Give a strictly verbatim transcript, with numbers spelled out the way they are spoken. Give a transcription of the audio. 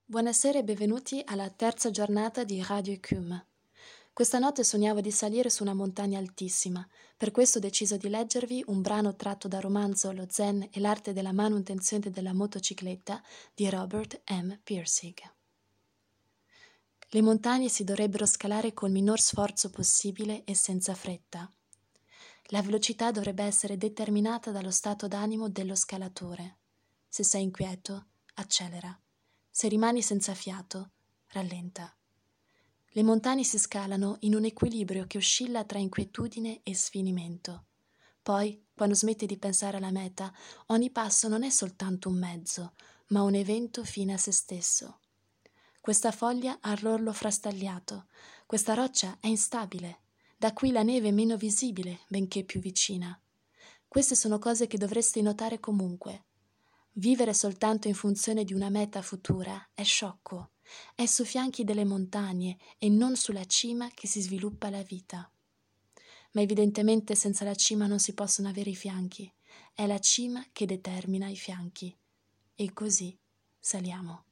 Buonasera e benvenuti alla terza giornata di Radio Ecume. Questa notte sognavo di salire su una montagna altissima, per questo ho deciso di leggervi un brano tratto dal romanzo Lo Zen e l'arte della manutenzione della motocicletta di Robert M. Pirsig. Le montagne si dovrebbero scalare col minor sforzo possibile e senza fretta. La velocità dovrebbe essere determinata dallo stato d'animo dello scalatore. Se sei inquieto, accelera. Se rimani senza fiato, rallenta. Le montagne si scalano in un equilibrio che oscilla tra inquietudine e sfinimento. Poi, quando smetti di pensare alla meta, ogni passo non è soltanto un mezzo, ma un evento fine a se stesso. Questa foglia ha l'orlo frastagliato, questa roccia è instabile, da qui la neve è meno visibile, benché più vicina. Queste sono cose che dovresti notare comunque. Vivere soltanto in funzione di una meta futura è sciocco, è sui fianchi delle montagne e non sulla cima che si sviluppa la vita. Ma evidentemente senza la cima non si possono avere i fianchi, è la cima che determina i fianchi. E così saliamo.